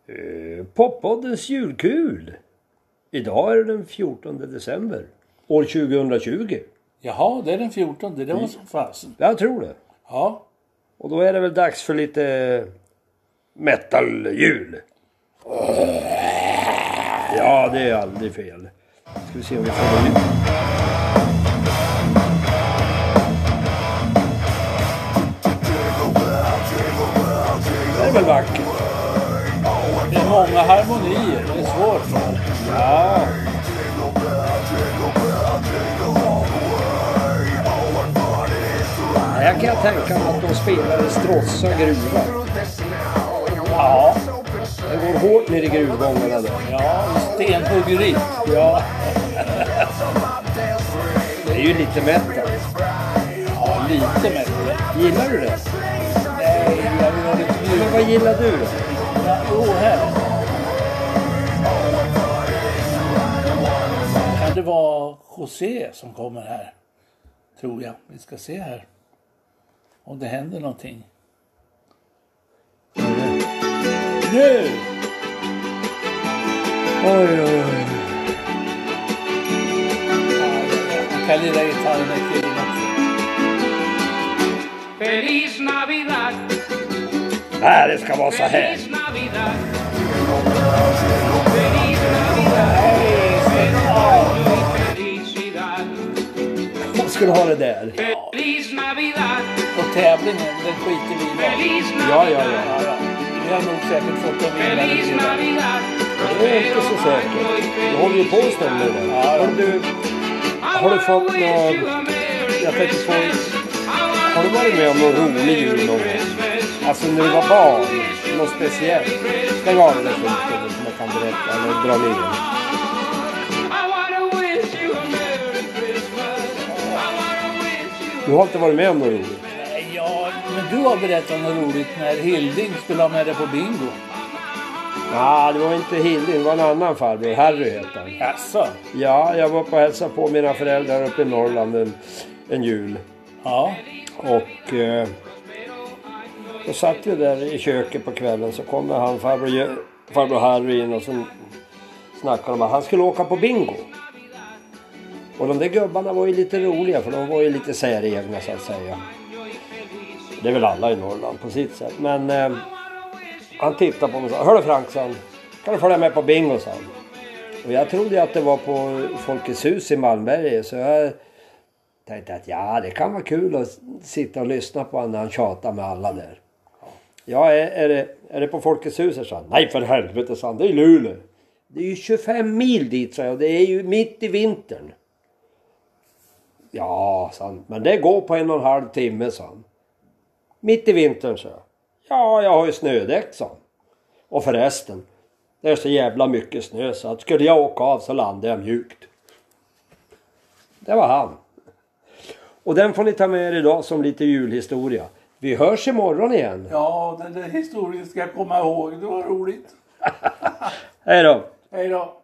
Poppoddens julkul. Idag är det den 14 december. År 2020. Jaha, det är den 14. Det var som fasen. Jag tror det. Ja. Och då är det väl dags för lite metal-jul. Ja, det är aldrig fel. Ska vi se om vi får det nu. Det är väl vackert. Det är många harmonier. Det är svårt. Ja. Här kan jag tänka mig att de spelar i Stråssa gruva. Ja. Det går hårt ner i gruvgångarna där. Ja, stenhuggeri. Ja. Det är ju lite metal. Ja, lite med det. Gillar du det? Nej, jag vill ha lite Men ljud. vad gillar du då? Ja, här. Kan det vara José som kommer här? Tror jag. Vi ska se här. Om det händer någonting. Nu! Oj, oj, oj. Jag kan lilla gitarren med killen också. Feliz Navidad. Nej, det ska vara så här. Feliz Navidad. Feliz Navidad. Felicidad. Vad ska du ha det där? Feliz Navidad. Och tävlingen, den skiter vi i. Feliz Ja, Navidad. ja, ja. Ja, ja. Vi har nog säkert fått en Feliz vinnare. Navidad. Det är inte så säkert. Du håller ju på en stund med det. Har du fått något... Jag tänkte på... Har du varit med om någon rolig jul någon gång? Alltså när du var barn. Något speciellt. Stäng av det skiten som jag kan berätta. Eller dra ner. Du har inte varit med om något roligt? Ja, men du har berättat något roligt när Hilding skulle ha med det på bingo. Ja, det var inte Hilde. Det var en annan farbror. Harry heter han. Jaså? Ja, jag var på att hälsa på mina föräldrar uppe i Norrland en jul. Ja. Och då satt vi där i köket på kvällen. Så kommer han, farbror Harry in och så snackade om att han skulle åka på bingo. Och de där gubbarna var ju lite roliga för de var ju lite säregna så att säga. Det är väl alla i Norrland på sitt sätt. Men han tittade på mig och sa, hörru Frankson, kan du följa med på bingo, sa han. Och jag trodde att det var på Folkets hus i Malmberget, så jag tänkte att ja, det kan vara kul att sitta och lyssna på honom när han tjatar med alla där. Ja, är det på Folkets hus, sa han. Nej, för helvete, sa han, det är Luleå. Det är ju 25 mil dit, sa jag, och det är ju mitt i vintern. Ja, sa han, men det går på 1,5 timme, sa han. Mitt i vintern, sa jag. Ja, jag har ju snödäck, sa han. Och förresten, det är så jävla mycket snö så att skulle jag åka av så landar jag mjukt. Det var han. Och den får ni ta med er idag som lite julhistoria. Vi hörs imorgon igen. Ja, den där historien ska jag komma ihåg. Det var roligt. Hej då. Hej då.